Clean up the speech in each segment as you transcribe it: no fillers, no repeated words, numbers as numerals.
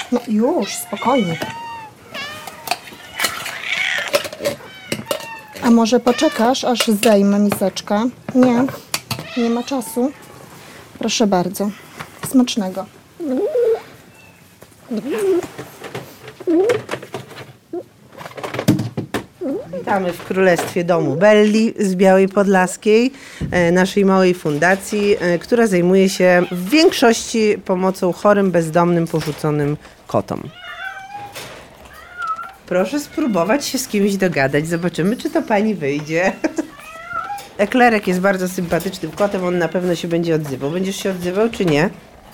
No już, spokojnie. A może poczekasz, aż zdejmę miseczkę? Nie, nie ma czasu. Proszę bardzo. Smacznego. Witamy w Królestwie Domu Belli z Białej Podlaskiej, naszej małej fundacji, która zajmuje się w większości pomocą chorym, bezdomnym, porzuconym kotom. Proszę spróbować się z kimś dogadać. Zobaczymy, czy to pani wyjdzie. Eklerek jest bardzo sympatycznym kotem, on na pewno się będzie odzywał. Będziesz się odzywał, czy nie?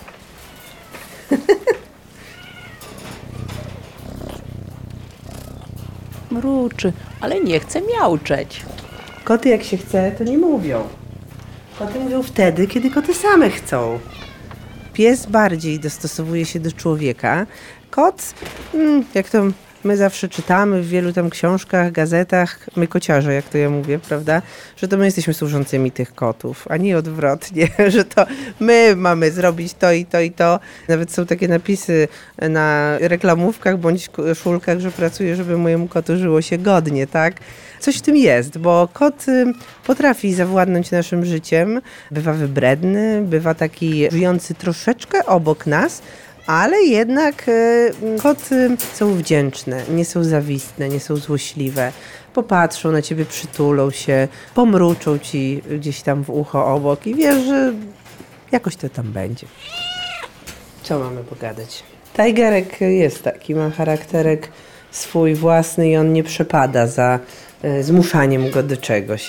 Mruczy, ale nie chce miauczeć. Koty jak się chce, to nie mówią. Koty mówią wtedy, kiedy koty same chcą. Pies bardziej dostosowuje się do człowieka. Kot, jak to my zawsze czytamy w wielu tam książkach, gazetach, my kociarze, jak to ja mówię, prawda, że to my jesteśmy służącymi tych kotów, a nie odwrotnie, że to my mamy zrobić to i to i to. Nawet są takie napisy na reklamówkach bądź koszulkach, że pracuję, żeby mojemu kotu żyło się godnie, tak? Coś w tym jest, bo kot potrafi zawładnąć naszym życiem, bywa wybredny, bywa taki żyjący troszeczkę obok nas, ale jednak koty są wdzięczne, nie są zawistne, nie są złośliwe. Popatrzą na ciebie, przytulą się, pomruczą ci gdzieś tam w ucho obok i wiesz, że jakoś to tam będzie. Co mamy pogadać? Tigerek jest taki, ma charakterek swój własny i on nie przepada za zmuszaniem go do czegoś.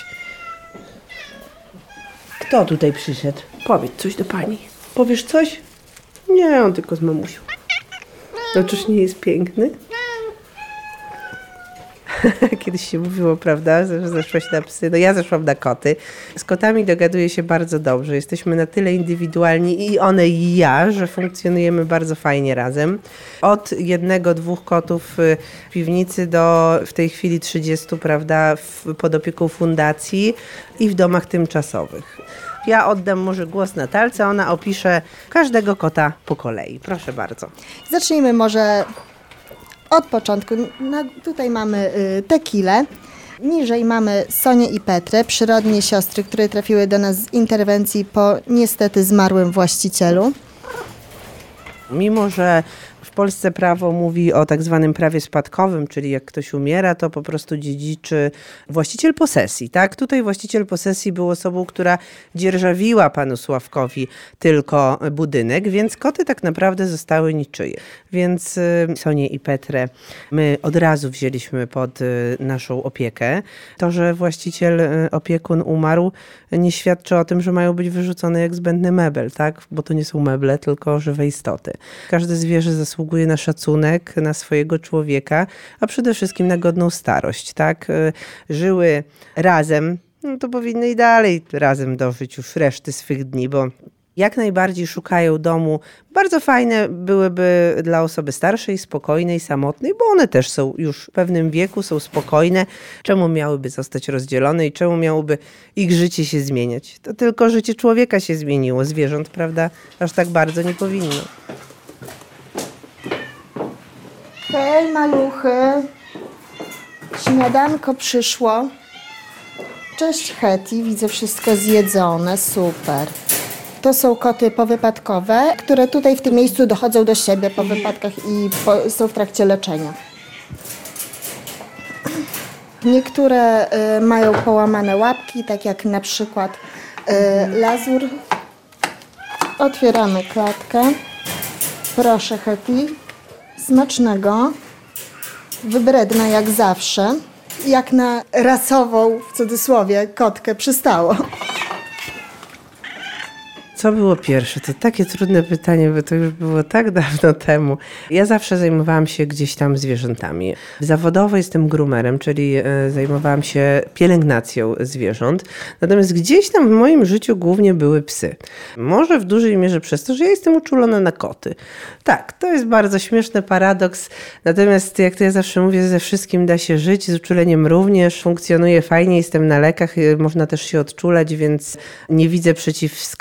Kto tutaj przyszedł? Powiedz coś do pani. Powiesz coś? Nie, on tylko z mamusią. No czyż nie jest piękny? Kiedyś się mówiło, prawda, że zeszłaś na psy. No ja zeszłam na koty. Z kotami dogaduję się bardzo dobrze. Jesteśmy na tyle indywidualni i one i ja, że funkcjonujemy bardzo fajnie razem. Od 1-2 kotów w piwnicy do w tej chwili 30, prawda, pod opieką fundacji i w domach tymczasowych. Ja oddam może głos Natalce, ona opisze każdego kota po kolei. Proszę bardzo. Zacznijmy może od początku. Tutaj mamy Tequilę. Niżej mamy Sonię i Petrę, przyrodnie siostry, które trafiły do nas z interwencji po niestety zmarłym właścicielu. Mimo że w Polsce prawo mówi o tak zwanym prawie spadkowym, czyli jak ktoś umiera, to po prostu dziedziczy właściciel posesji, tak? Tutaj właściciel posesji był osobą, która dzierżawiła panu Sławkowi tylko budynek, więc koty tak naprawdę zostały niczyje. Więc Sonię i Petrę my od razu wzięliśmy pod naszą opiekę. To, że właściciel, opiekun umarł, nie świadczy o tym, że mają być wyrzucone jak zbędny mebel, tak? Bo to nie są meble, tylko żywe istoty. Każde zwierzę zasługuje na szacunek, na swojego człowieka, a przede wszystkim na godną starość, tak? Żyły razem, no to powinny i dalej razem dożyć już reszty swych dni, bo jak najbardziej szukają domu. Bardzo fajne byłyby dla osoby starszej, spokojnej, samotnej, bo one też są już w pewnym wieku, są spokojne. Czemu miałyby zostać rozdzielone i czemu miałoby ich życie się zmieniać? To tylko życie człowieka się zmieniło, zwierząt, prawda? Aż tak bardzo nie powinno. Hej, maluchy. Śniadanko przyszło. Cześć, Hetty. Widzę wszystko zjedzone. Super. To są koty powypadkowe, które tutaj w tym miejscu dochodzą do siebie po wypadkach i są w trakcie leczenia. Niektóre mają połamane łapki, tak jak na przykład Lazur. Otwieramy klatkę. Proszę, Hetty. Smacznego. Wybredna jak zawsze. Jak na rasową, w cudzysłowie, kotkę przystało. Co było pierwsze? To takie trudne pytanie, bo to już było tak dawno temu. Ja zawsze zajmowałam się gdzieś tam zwierzętami. Zawodowo jestem groomerem, czyli zajmowałam się pielęgnacją zwierząt. Natomiast gdzieś tam w moim życiu głównie były psy. Może w dużej mierze przez to, że ja jestem uczulona na koty. Tak, to jest bardzo śmieszny paradoks. Natomiast jak to ja zawsze mówię, ze wszystkim da się żyć, z uczuleniem również. Funkcjonuje fajnie, jestem na lekach, można też się odczulać, więc nie widzę przeciwwskazań.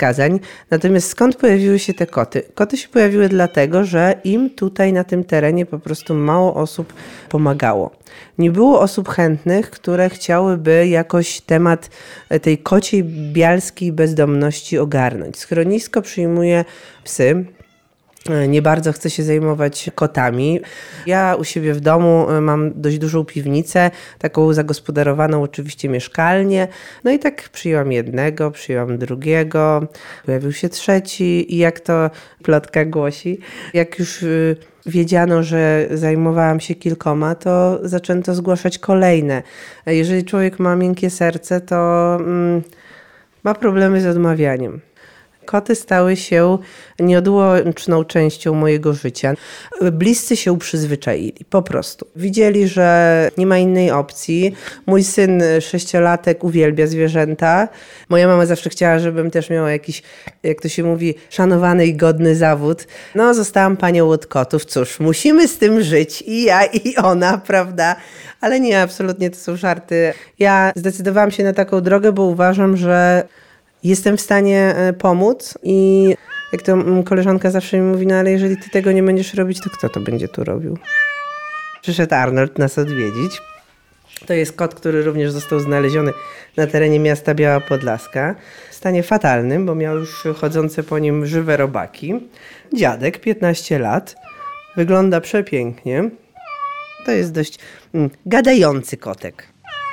Natomiast skąd pojawiły się te koty? Koty się pojawiły dlatego, że im tutaj na tym terenie po prostu mało osób pomagało. Nie było osób chętnych, które chciałyby jakoś temat tej kociej bialskiej bezdomności ogarnąć. Schronisko przyjmuje psy. Nie bardzo chcę się zajmować kotami. Ja u siebie w domu mam dość dużą piwnicę, taką zagospodarowaną oczywiście mieszkalnię. No i tak przyjęłam jednego, przyjęłam drugiego, pojawił się trzeci i jak to plotka głosi, jak już wiedziano, że zajmowałam się kilkoma, to zaczęto zgłaszać kolejne. Jeżeli człowiek ma miękkie serce, to ma problemy z odmawianiem. Koty stały się nieodłączną częścią mojego życia. Bliscy się przyzwyczaili, po prostu. Widzieli, że nie ma innej opcji. Mój syn 6-latek uwielbia zwierzęta. Moja mama zawsze chciała, żebym też miała jakiś, jak to się mówi, szanowany i godny zawód. No, zostałam panią od kotów. Cóż, musimy z tym żyć. I ja, i ona, prawda? Ale nie, absolutnie to są żarty. Ja zdecydowałam się na taką drogę, bo uważam, że jestem w stanie pomóc i jak to koleżanka zawsze mi mówi, no ale jeżeli ty tego nie będziesz robić, to kto to będzie tu robił? Przyszedł Arnold nas odwiedzić. To jest kot, który również został znaleziony na terenie miasta Biała Podlaska. W stanie fatalnym, bo miał już chodzące po nim żywe robaki. Dziadek, 15 lat. Wygląda przepięknie. To jest dość gadający kotek.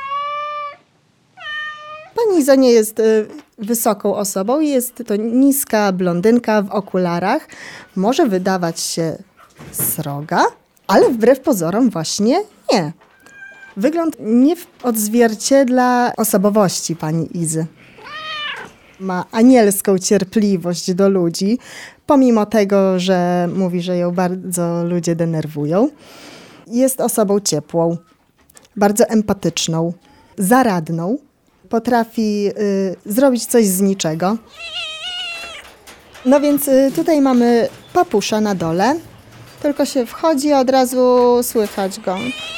Pani Iza nie jest wysoką osobą, jest to niska blondynka w okularach. Może wydawać się sroga, ale wbrew pozorom właśnie nie. Wygląd nie odzwierciedla osobowości pani Izy. Ma anielską cierpliwość do ludzi, pomimo tego, że mówi, że ją bardzo ludzie denerwują. Jest osobą ciepłą, bardzo empatyczną, zaradną. Potrafi zrobić coś z niczego. No więc tutaj mamy papusza na dole. Tylko się wchodzi, a od razu słychać go.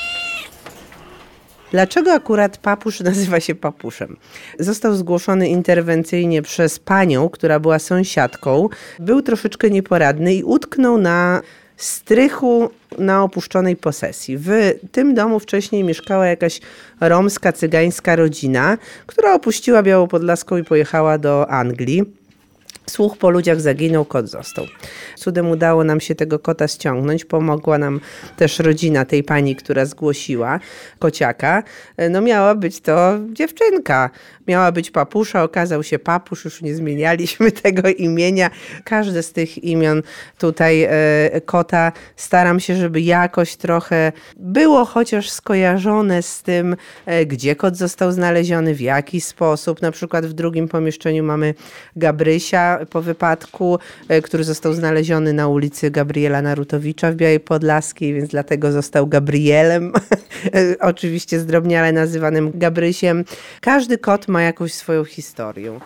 Dlaczego akurat papusz nazywa się papuszem? Został zgłoszony interwencyjnie przez panią, która była sąsiadką. Był troszeczkę nieporadny i utknął na strychu na opuszczonej posesji. W tym domu wcześniej mieszkała jakaś romska, cygańska rodzina, która opuściła Białopodlaską i pojechała do Anglii. Słuch po ludziach zaginął, kot został. Cudem udało nam się tego kota ściągnąć. Pomogła nam też rodzina tej pani, która zgłosiła kociaka. No miała być to dziewczynka. Miała być papusza, okazał się papusz. Już nie zmienialiśmy tego imienia. Każde z tych imion tutaj kota staram się, żeby jakoś trochę było chociaż skojarzone z tym, gdzie kot został znaleziony, w jaki sposób. Na przykład w drugim pomieszczeniu mamy Gabrysia po wypadku, który został znaleziony na ulicy Gabriela Narutowicza w Białej Podlaskiej, więc dlatego został Gabrielem, oczywiście zdrobniale nazywanym Gabrysiem. Każdy kot ma jakąś swoją historię.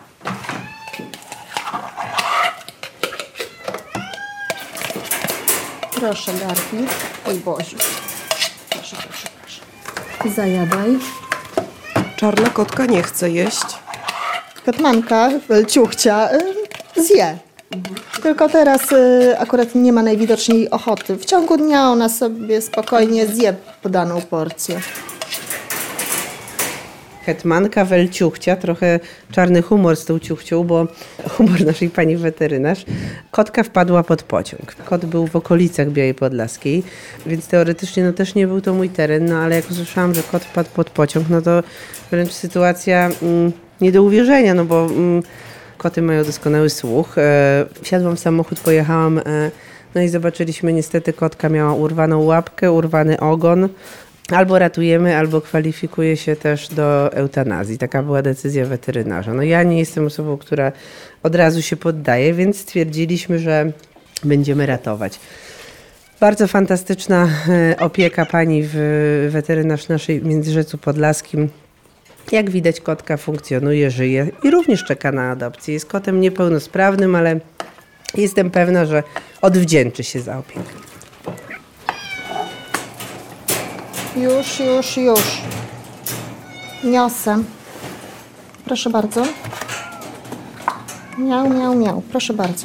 Proszę, Garfi. Oj Boziu. Proszę, proszę, proszę. Zajadaj. Czarna kotka nie chce jeść. Kotmanka, ciuchcia, zje. Tylko teraz akurat nie ma najwidoczniej ochoty. W ciągu dnia ona sobie spokojnie zje podaną porcję. Hetmanka Welciuchcia, trochę czarny humor z tą ciuchcią, bo humor naszej pani weterynarz. Kotka wpadła pod pociąg. Kot był w okolicach Białej Podlaskiej, więc teoretycznie no też nie był to mój teren, no ale jak usłyszałam, że kot wpadł pod pociąg, no to wręcz sytuacja nie do uwierzenia, no bo koty mają doskonały słuch. Wsiadłam w samochód, pojechałam, no i zobaczyliśmy, niestety kotka miała urwaną łapkę, urwany ogon. Albo ratujemy, albo kwalifikuje się też do eutanazji. Taka była decyzja weterynarza. No ja nie jestem osobą, która od razu się poddaje, więc stwierdziliśmy, że będziemy ratować. Bardzo fantastyczna opieka pani weterynarz naszej Międzyrzecu Podlaskim. Jak widać, kotka funkcjonuje, żyje i również czeka na adopcję. Jest kotem niepełnosprawnym, ale jestem pewna, że odwdzięczy się za opiekę. Już. Niosę. Proszę bardzo. Miau, miau, miau. Proszę bardzo.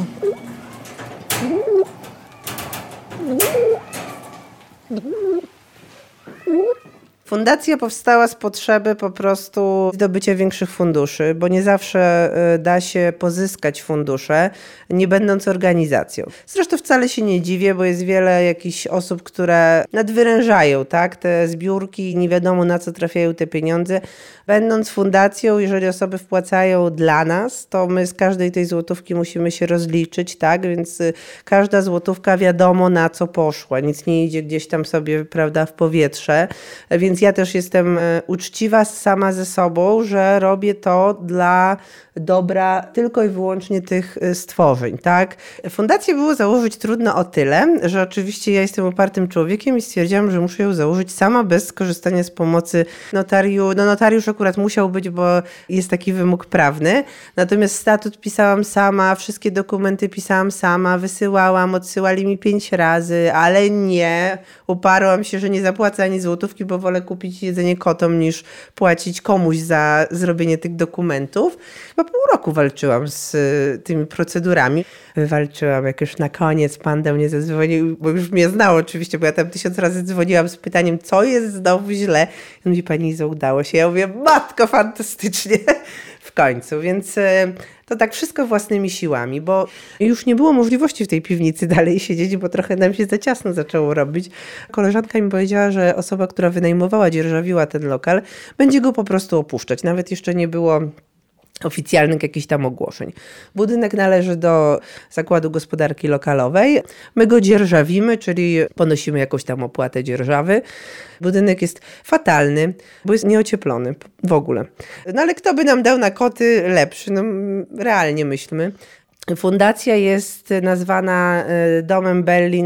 Fundacja powstała z potrzeby po prostu zdobycia większych funduszy, bo nie zawsze da się pozyskać fundusze, nie będąc organizacją. Zresztą wcale się nie dziwię, bo jest wiele jakichś osób, które nadwyrężają, tak, te zbiórki i nie wiadomo, na co trafiają te pieniądze. Będąc fundacją, jeżeli osoby wpłacają dla nas, to my z każdej tej złotówki musimy się rozliczyć, tak, więc każda złotówka wiadomo, na co poszła. Nic nie idzie gdzieś tam sobie, prawda, w powietrze, więc ja też jestem uczciwa sama ze sobą, że robię to dla dobra tylko i wyłącznie tych stworzeń, tak. Fundację było założyć trudno o tyle, że oczywiście ja jestem upartym człowiekiem i stwierdziłam, że muszę ją założyć sama bez skorzystania z pomocy notariusza. No notariusz akurat musiał być, bo jest taki wymóg prawny, natomiast statut pisałam sama, wszystkie dokumenty pisałam sama, wysyłałam, odsyłali mi 5 razy, ale nie, uparłam się, że nie zapłacę ani złotówki, bo wolę kupić jedzenie kotom niż płacić komuś za zrobienie tych dokumentów. Chyba pół roku walczyłam z tymi procedurami. Wywalczyłam, jak już na koniec pan do mnie zadzwonił, bo już mnie znał oczywiście, bo ja tam 1000 razy dzwoniłam z pytaniem, co jest znowu źle. I on mówi, pani Izo, udało się. Ja mówię, matko, fantastycznie w końcu. Więc to tak wszystko własnymi siłami, bo już nie było możliwości w tej piwnicy dalej siedzieć, bo trochę nam się za ciasno zaczęło robić. Koleżanka mi powiedziała, że osoba, która wynajmowała, dzierżawiła ten lokal, będzie go po prostu opuszczać. Nawet jeszcze nie było oficjalnych jakichś tam ogłoszeń. Budynek należy do Zakładu Gospodarki Lokalowej. My go dzierżawimy, czyli ponosimy jakąś tam opłatę dzierżawy. Budynek jest fatalny, bo jest nieocieplony w ogóle. No ale kto by nam dał na koty lepszy? No realnie myślmy. Fundacja jest nazwana Domem Belli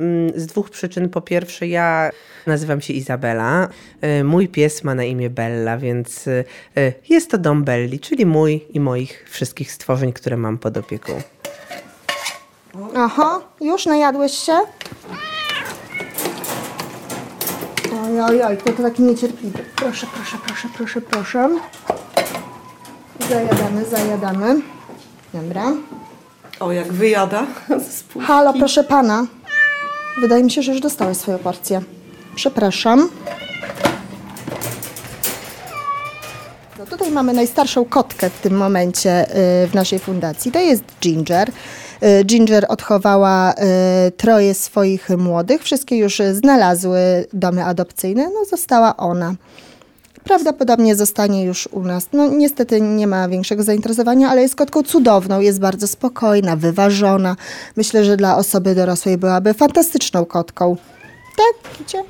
z 2 przyczyn. Po pierwsze, ja nazywam się Izabela, mój pies ma na imię Bella, więc jest to Dom Belli, czyli mój i moich wszystkich stworzeń, które mam pod opieką. Aha, już najadłeś się? Oj, to taki niecierpliwy. Proszę, proszę, proszę, proszę, proszę. Zajadamy. Dobra. O, jak wyjada. Halo, proszę pana. Wydaje mi się, że już dostałeś swoją porcję. Przepraszam. No, tutaj mamy najstarszą kotkę w tym momencie w naszej fundacji. To jest Ginger. Ginger odchowała 3 swoich młodych. Wszystkie już znalazły domy adopcyjne. No, została ona. Prawdopodobnie zostanie już u nas. No niestety nie ma większego zainteresowania, ale jest kotką cudowną, jest bardzo spokojna, wyważona. Myślę, że dla osoby dorosłej byłaby fantastyczną kotką. Tak, widzicie?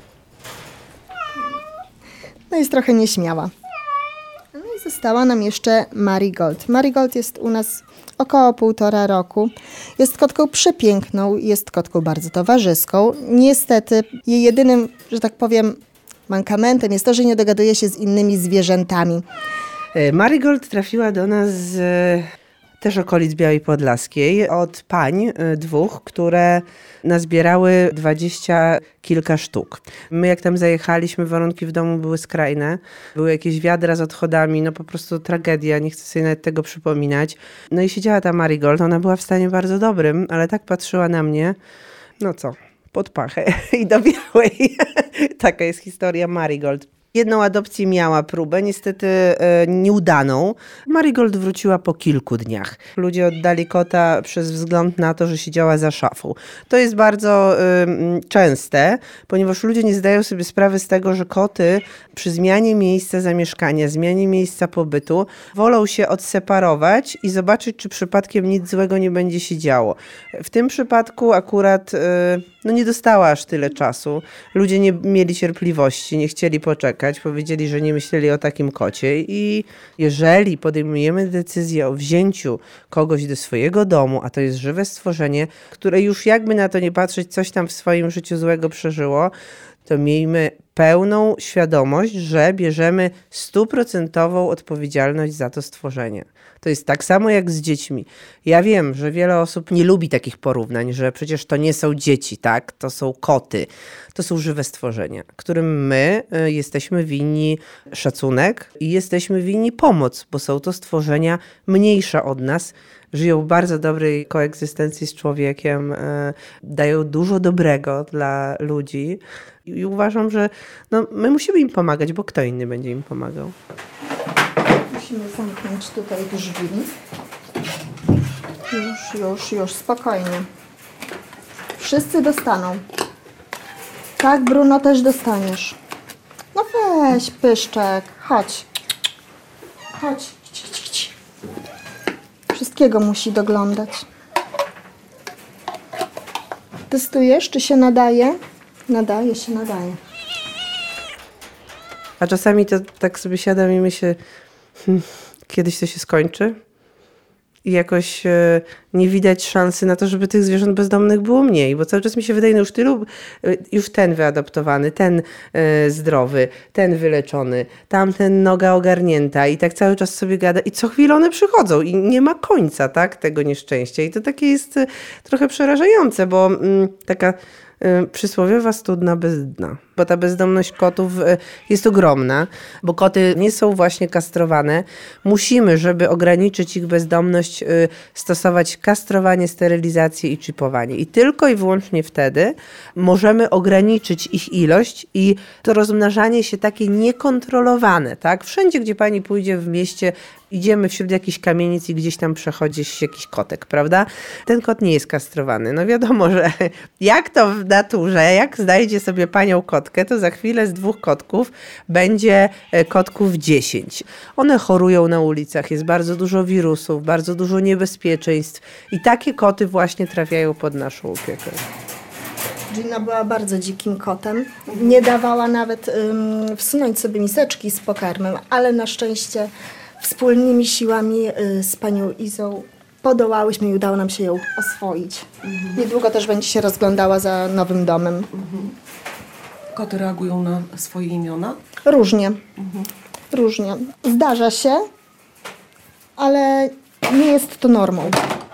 No jest trochę nieśmiała. No i została nam jeszcze Marigold. Marigold jest u nas około 1,5 roku. Jest kotką przepiękną, jest kotką bardzo towarzyską. Niestety jej jedynym, że tak powiem, mankamentem jest to, że nie dogaduje się z innymi zwierzętami. Marigold trafiła do nas z też okolic Białej Podlaskiej, od pań 2, które nazbierały 20 kilka sztuk. My jak tam zajechaliśmy, warunki w domu były skrajne. Były jakieś wiadra z odchodami, no po prostu tragedia, nie chcę sobie nawet tego przypominać. No i siedziała ta Marigold, ona była w stanie bardzo dobrym, ale tak patrzyła na mnie, no co, pod pachę i do białej. Taka jest historia Marigold. Jedną adopcję miała próbę, niestety nieudaną. Marigold wróciła po kilku dniach. Ludzie oddali kota przez wzgląd na to, że siedziała za szafą. To jest bardzo częste, ponieważ ludzie nie zdają sobie sprawy z tego, że koty przy zmianie miejsca zamieszkania, zmianie miejsca pobytu wolą się odseparować i zobaczyć, czy przypadkiem nic złego nie będzie się działo. W tym przypadku akurat nie dostała aż tyle czasu. Ludzie nie mieli cierpliwości, nie chcieli poczekać. Powiedzieli, że nie myśleli o takim kocie i jeżeli podejmujemy decyzję o wzięciu kogoś do swojego domu, a to jest żywe stworzenie, które już jakby na to nie patrzeć, coś tam w swoim życiu złego przeżyło, to miejmy pełną świadomość, że bierzemy 100% odpowiedzialność za to stworzenie. To jest tak samo jak z dziećmi. Ja wiem, że wiele osób nie lubi takich porównań, że przecież to nie są dzieci, tak? To są koty. To są żywe stworzenia, którym my jesteśmy winni szacunek i jesteśmy winni pomoc, bo są to stworzenia mniejsze od nas, żyją w bardzo dobrej koegzystencji z człowiekiem, dają dużo dobrego dla ludzi i uważam, że my musimy im pomagać, bo kto inny będzie im pomagał. Musimy zamknąć tutaj drzwi. Już, spokojnie. Wszyscy dostaną. Tak, Bruno, też dostaniesz. No weź, Pyszczek, chodź. Chodź. Wszystkiego musi doglądać. Testujesz, czy się nadaje? Nadaje. A czasami to tak sobie siadam i myślę, kiedyś to się skończy i jakoś nie widać szansy na to, żeby tych zwierząt bezdomnych było mniej, bo cały czas mi się wydaje, już ten wyadoptowany, ten zdrowy, ten wyleczony, tamten noga ogarnięta i tak cały czas sobie gada i co chwilę one przychodzą i nie ma końca, tak, tego nieszczęścia i to takie jest trochę przerażające, bo taka przysłowiowa studna bez dna, bo ta bezdomność kotów jest ogromna, bo koty nie są właśnie kastrowane. Musimy, żeby ograniczyć ich bezdomność, stosować kastrowanie, sterylizację i czipowanie. I tylko i wyłącznie wtedy możemy ograniczyć ich ilość i to rozmnażanie się takie niekontrolowane, tak? Wszędzie, gdzie pani pójdzie w mieście, idziemy wśród jakichś kamienic i gdzieś tam przechodzi jakiś kotek, prawda? Ten kot nie jest kastrowany. No wiadomo, że jak to w naturze, jak znajdzie sobie panią kotkę, to za chwilę z 2 kotków będzie kotków 10. One chorują na ulicach, jest bardzo dużo wirusów, bardzo dużo niebezpieczeństw i takie koty właśnie trafiają pod naszą opiekę. Gina była bardzo dzikim kotem. Nie dawała nawet wsunąć sobie miseczki z pokarmem, ale na szczęście wspólnymi siłami z panią Izą podołałyśmy i udało nam się ją oswoić. Niedługo też będzie się rozglądała za nowym domem. Koty reagują na swoje imiona? Różnie. Zdarza się, ale nie jest to normą.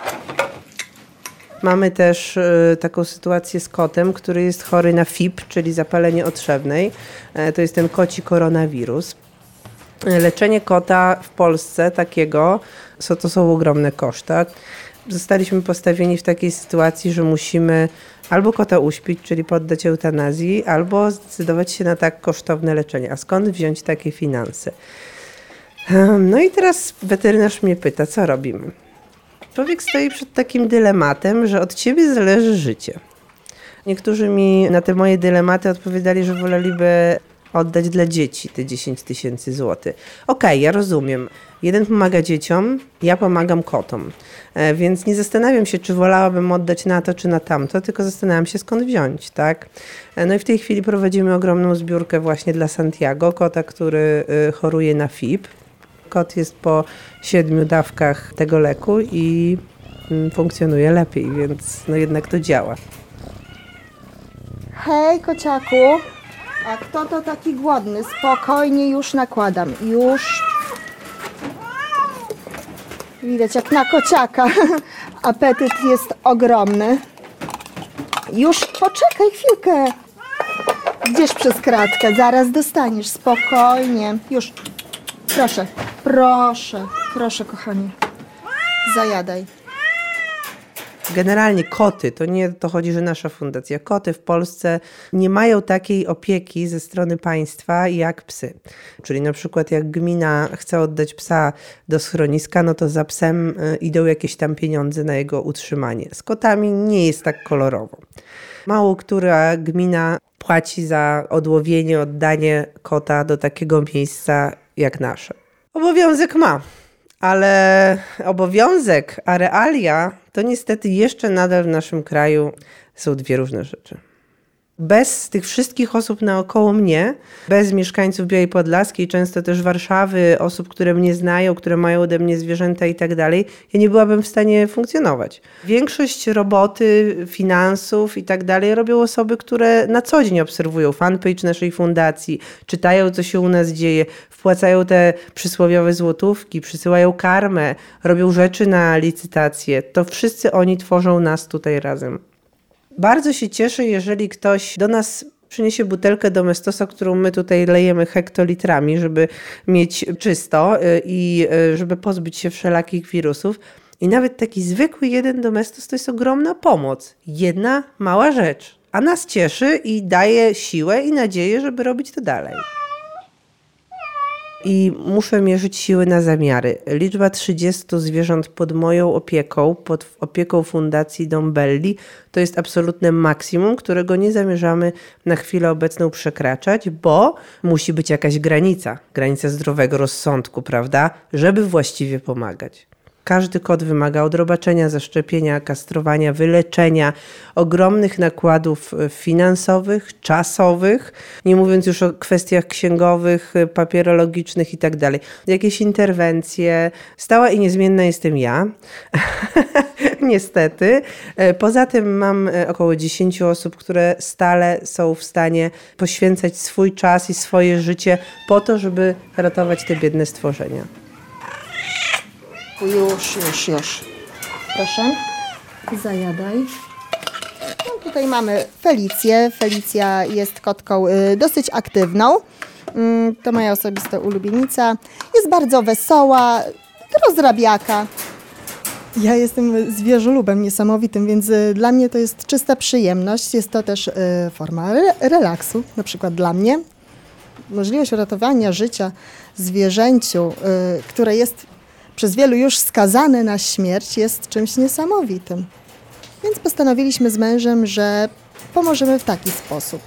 Mamy też taką sytuację z kotem, który jest chory na FIP, czyli zapalenie otrzewnej. To jest ten koci koronawirus. Leczenie kota w Polsce takiego, to są ogromne koszty. Zostaliśmy postawieni w takiej sytuacji, że musimy albo kota uśpić, czyli poddać eutanazji, albo zdecydować się na tak kosztowne leczenie. A skąd wziąć takie finanse? No i teraz weterynarz mnie pyta, co robimy? Człowiek stoi przed takim dylematem, że od ciebie zależy życie. Niektórzy mi na te moje dylematy odpowiadali, że woleliby oddać dla dzieci te 10 000 złotych. Okej, ja rozumiem. Jeden pomaga dzieciom, ja pomagam kotom. Więc nie zastanawiam się, czy wolałabym oddać na to, czy na tamto, tylko zastanawiam się, skąd wziąć, tak? No i w tej chwili prowadzimy ogromną zbiórkę właśnie dla Santiago, kota, który choruje na FIP. Kot jest po 7 dawkach tego leku i funkcjonuje lepiej, więc jednak to działa. Hej, kociaku. A kto to taki głodny? Spokojnie, już nakładam. Już. Widać jak na kociaka. Apetyt jest ogromny. Już, poczekaj chwilkę. Gdzieś przez kratkę, zaraz dostaniesz. Spokojnie. Już. Proszę, kochanie. Zajadaj. Generalnie koty, to nie to chodzi, że nasza fundacja. Koty w Polsce nie mają takiej opieki ze strony państwa jak psy. Czyli na przykład jak gmina chce oddać psa do schroniska, no to za psem idą jakieś tam pieniądze na jego utrzymanie. Z kotami nie jest tak kolorowo. Mało która gmina płaci za odłowienie, oddanie kota do takiego miejsca jak nasze. Obowiązek ma. Ale obowiązek, a realia to niestety jeszcze nadal w naszym kraju są 2 różne rzeczy. Bez tych wszystkich osób naokoło mnie, bez mieszkańców Białej Podlaskiej, często też Warszawy, osób, które mnie znają, które mają ode mnie zwierzęta i tak dalej, ja nie byłabym w stanie funkcjonować. Większość roboty, finansów i tak dalej robią osoby, które na co dzień obserwują fanpage naszej fundacji, czytają, co się u nas dzieje, wpłacają te przysłowiowe złotówki, przysyłają karmę, robią rzeczy na licytację. To wszyscy oni tworzą nas tutaj razem. Bardzo się cieszę, jeżeli ktoś do nas przyniesie butelkę Domestosa, którą my tutaj lejemy hektolitrami, żeby mieć czysto i żeby pozbyć się wszelakich wirusów. I nawet taki zwykły jeden domestos to jest ogromna pomoc. Jedna mała rzecz, a nas cieszy i daje siłę i nadzieję, żeby robić to dalej. I muszę mierzyć siły na zamiary. Liczba 30 zwierząt pod moją opieką, pod opieką Fundacji Dom Belli, to jest absolutne maksimum, którego nie zamierzamy na chwilę obecną przekraczać, bo musi być jakaś granica zdrowego rozsądku, prawda, żeby właściwie pomagać. Każdy kot wymaga odrobaczenia, zaszczepienia, kastrowania, wyleczenia, ogromnych nakładów finansowych, czasowych, nie mówiąc już o kwestiach księgowych, papierologicznych i tak dalej. Jakieś interwencje. Stała i niezmienna jestem ja, niestety. Poza tym mam około 10 osób, które stale są w stanie poświęcać swój czas i swoje życie po to, żeby ratować te biedne stworzenia. Już. Proszę, zajadaj. No, tutaj mamy Felicję. Felicja jest kotką dosyć aktywną. To moja osobista ulubienica. Jest bardzo wesoła, rozrabiaka. Ja jestem zwierzolubem niesamowitym, więc dla mnie to jest czysta przyjemność. Jest to też forma relaksu, na przykład dla mnie. Możliwość uratowania życia zwierzęciu, które jest przez wielu już skazane na śmierć, jest czymś niesamowitym. Więc postanowiliśmy z mężem, że pomożemy w taki sposób.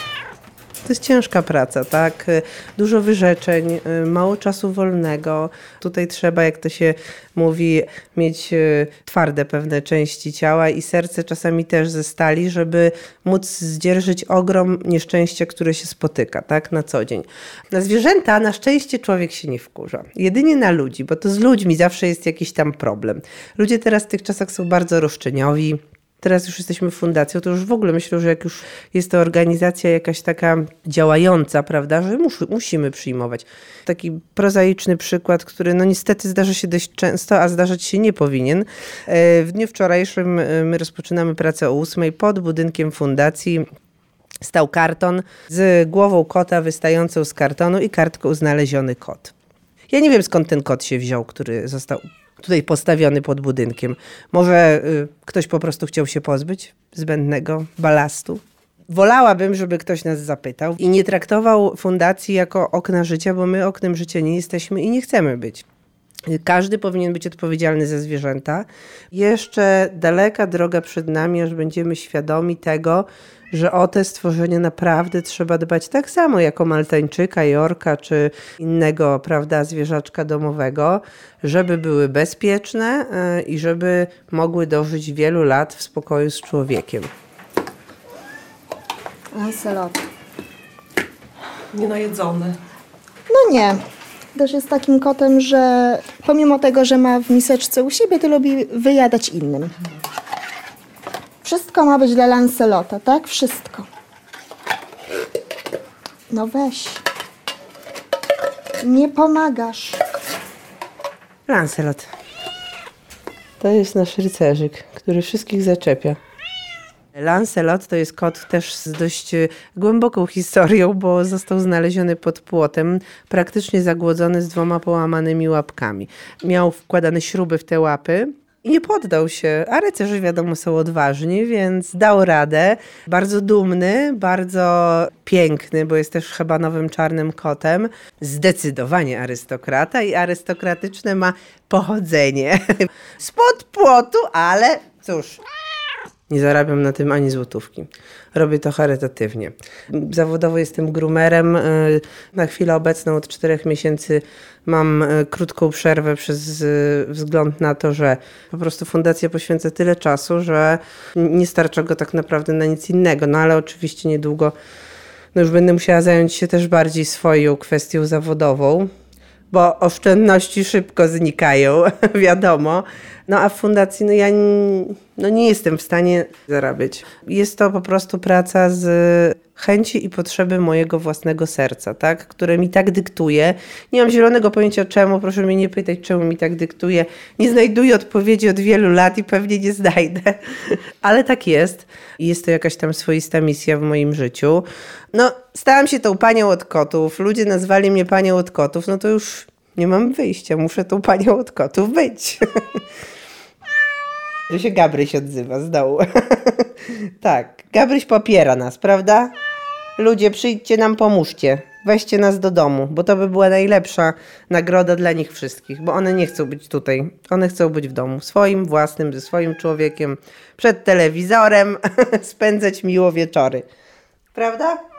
To jest ciężka praca, tak? Dużo wyrzeczeń, mało czasu wolnego. Tutaj trzeba, jak to się mówi, mieć twarde pewne części ciała i serce czasami też ze stali, żeby móc zdzierżyć ogrom nieszczęścia, które się spotyka, tak? Na co dzień. Na zwierzęta na szczęście człowiek się nie wkurza. Jedynie na ludzi, bo to z ludźmi zawsze jest jakiś tam problem. Ludzie teraz w tych czasach są bardzo roszczeniowi. Teraz już jesteśmy fundacją, to już w ogóle myślę, że jak już jest to organizacja jakaś taka działająca, prawda, że musimy przyjmować. Taki prozaiczny przykład, który no niestety zdarza się dość często, a zdarzać się nie powinien. W dniu wczorajszym my rozpoczynamy pracę o 8:00 pod budynkiem fundacji. Stał karton z głową kota wystającą z kartonu i kartką znaleziony kot. Ja nie wiem, skąd ten kot się wziął, który został tutaj postawiony pod budynkiem. Może ktoś po prostu chciał się pozbyć zbędnego balastu. Wolałabym, żeby ktoś nas zapytał i nie traktował fundacji jako okna życia, bo my oknem życia nie jesteśmy i nie chcemy być. Każdy powinien być odpowiedzialny za zwierzęta. Jeszcze daleka droga przed nami, aż będziemy świadomi tego, że o te stworzenia naprawdę trzeba dbać tak samo jak o maltańczyka, jorka czy innego, prawda, zwierzaczka domowego, żeby były bezpieczne i żeby mogły dożyć wielu lat w spokoju z człowiekiem. Lancelot. Nienajedzony. No nie. Też jest takim kotem, że pomimo tego, że ma w miseczce u siebie, to lubi wyjadać innym. Wszystko ma być dla Lancelota, tak? Wszystko. No weź. Nie pomagasz. Lancelot. To jest nasz rycerzyk, który wszystkich zaczepia. Lancelot to jest kot też z dość głęboką historią, bo został znaleziony pod płotem, praktycznie zagłodzony z 2 połamanymi łapkami. Miał wkładane śruby w te łapy i nie poddał się, a rycerze wiadomo są odważni, więc dał radę. Bardzo dumny, bardzo piękny, bo jest też chyba nowym czarnym kotem. Zdecydowanie arystokrata i arystokratyczne ma pochodzenie. Spod płotu, ale cóż... Nie zarabiam na tym ani złotówki. Robię to charytatywnie. Zawodowo jestem groomerem. Na chwilę obecną od 4 miesięcy mam krótką przerwę przez wzgląd na to, że po prostu fundacja poświęca tyle czasu, że nie starcza go tak naprawdę na nic innego. No ale oczywiście niedługo już będę musiała zająć się też bardziej swoją kwestią zawodową, bo oszczędności szybko znikają, wiadomo. No a w fundacji ja nie jestem w stanie zarabiać. Jest to po prostu praca z chęci i potrzeby mojego własnego serca, tak? Które mi tak dyktuje. Nie mam zielonego pojęcia czemu, proszę mnie nie pytać, czemu mi tak dyktuje. Nie znajduję odpowiedzi od wielu lat i pewnie nie znajdę. Ale tak jest. I jest to jakaś tam swoista misja w moim życiu. No, stałam się tą panią od kotów. Ludzie nazwali mnie panią od kotów. No to już nie mam wyjścia. Muszę tą panią od kotów być. Tu się Gabryś odzywa z dołu. Tak, Gabryś popiera nas, prawda? Ludzie, przyjdźcie nam, pomóżcie. Weźcie nas do domu, bo to by była najlepsza nagroda dla nich wszystkich, bo one nie chcą być tutaj. One chcą być w domu, swoim własnym, ze swoim człowiekiem, przed telewizorem, spędzać miło wieczory. Prawda?